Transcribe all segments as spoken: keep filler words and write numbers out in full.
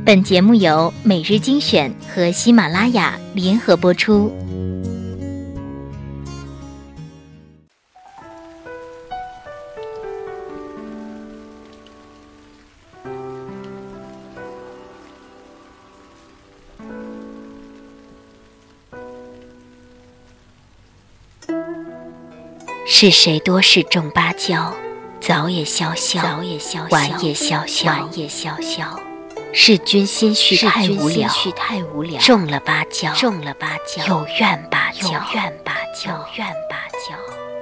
本节目由每日精选和喜马拉雅联合播出。是谁多事中芭蕉，早也萧萧，早也萧萧，晚也萧萧，晚也萧萧。是君心绪太无聊，太无聊。中了芭蕉，中了芭蕉，有怨芭蕉，有怨芭蕉，有怨芭蕉。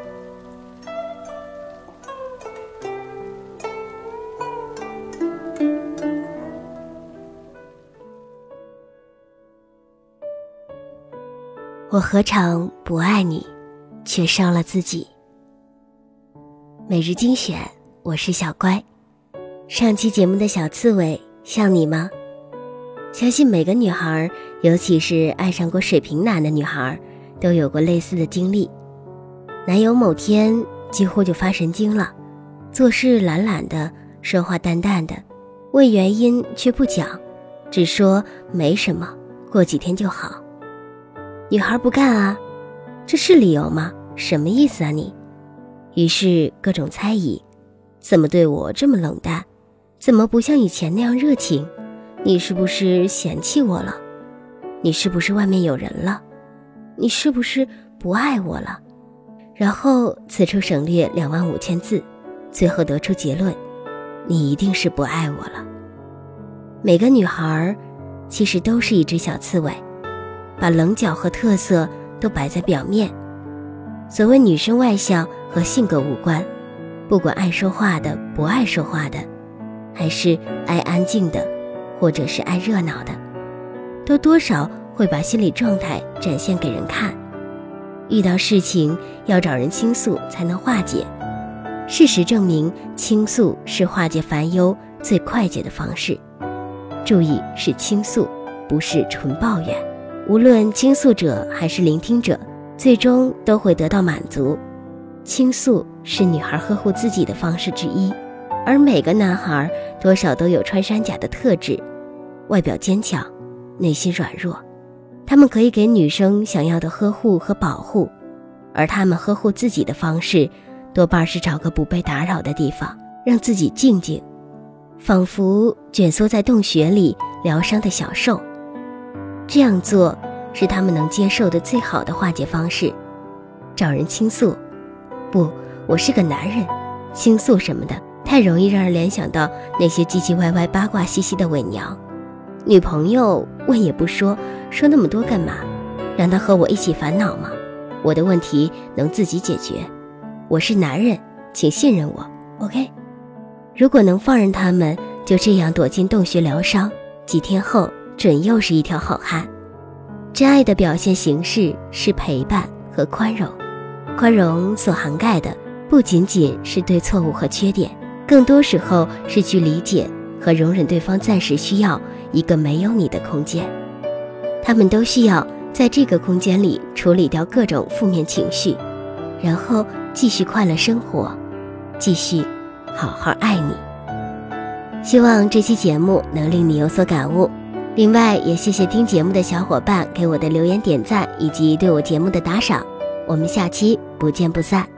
我何尝不爱你，却伤了自己。每日精选，我是小乖。上期节目的小刺猬像你吗？相信每个女孩，尤其是爱上过水瓶男的女孩，都有过类似的经历。男友某天几乎就发神经了，做事懒懒的，说话淡淡的，问原因却不讲，只说没什么，过几天就好。女孩不干啊，这是理由吗？什么意思啊你？于是各种猜疑，怎么对我这么冷淡？怎么不像以前那样热情？你是不是嫌弃我了？你是不是外面有人了？你是不是不爱我了？然后此处省略两万五千字，最后得出结论，你一定是不爱我了。每个女孩其实都是一只小刺猬，把棱角和特色都摆在表面。所谓女生外向和性格无关，不管爱说话的不爱说话的，还是爱安静的或者是爱热闹的，都多少会把心理状态展现给人看。遇到事情要找人倾诉才能化解，事实证明倾诉是化解烦忧最快捷的方式。注意，是倾诉，不是纯抱怨。无论倾诉者还是聆听者，最终都会得到满足。倾诉是女孩呵护自己的方式之一，而每个男孩多少都有穿山甲的特质，外表坚强，内心软弱。他们可以给女生想要的呵护和保护，而他们呵护自己的方式多半是找个不被打扰的地方，让自己静静，仿佛蜷缩在洞穴里疗伤的小兽。这样做是他们能接受的最好的化解方式。找人倾诉，不，我是个男人，倾诉什么的太容易让人联想到那些唧唧歪歪八卦兮兮的伪娘。女朋友问也不说，说那么多干嘛？让她和我一起烦恼吗？我的问题能自己解决，我是男人，请信任我 OK。 如果能放任他们就这样躲进洞穴疗伤，几天后准又是一条好汉。真爱的表现形式是陪伴和宽容，宽容所涵盖的不仅仅是对错误和缺点，更多时候是去理解和容忍对方暂时需要一个没有你的空间。他们都需要在这个空间里处理掉各种负面情绪，然后继续快乐生活，继续好好爱你。希望这期节目能令你有所感悟。另外也谢谢听节目的小伙伴给我的留言点赞以及对我节目的打赏，我们下期不见不散。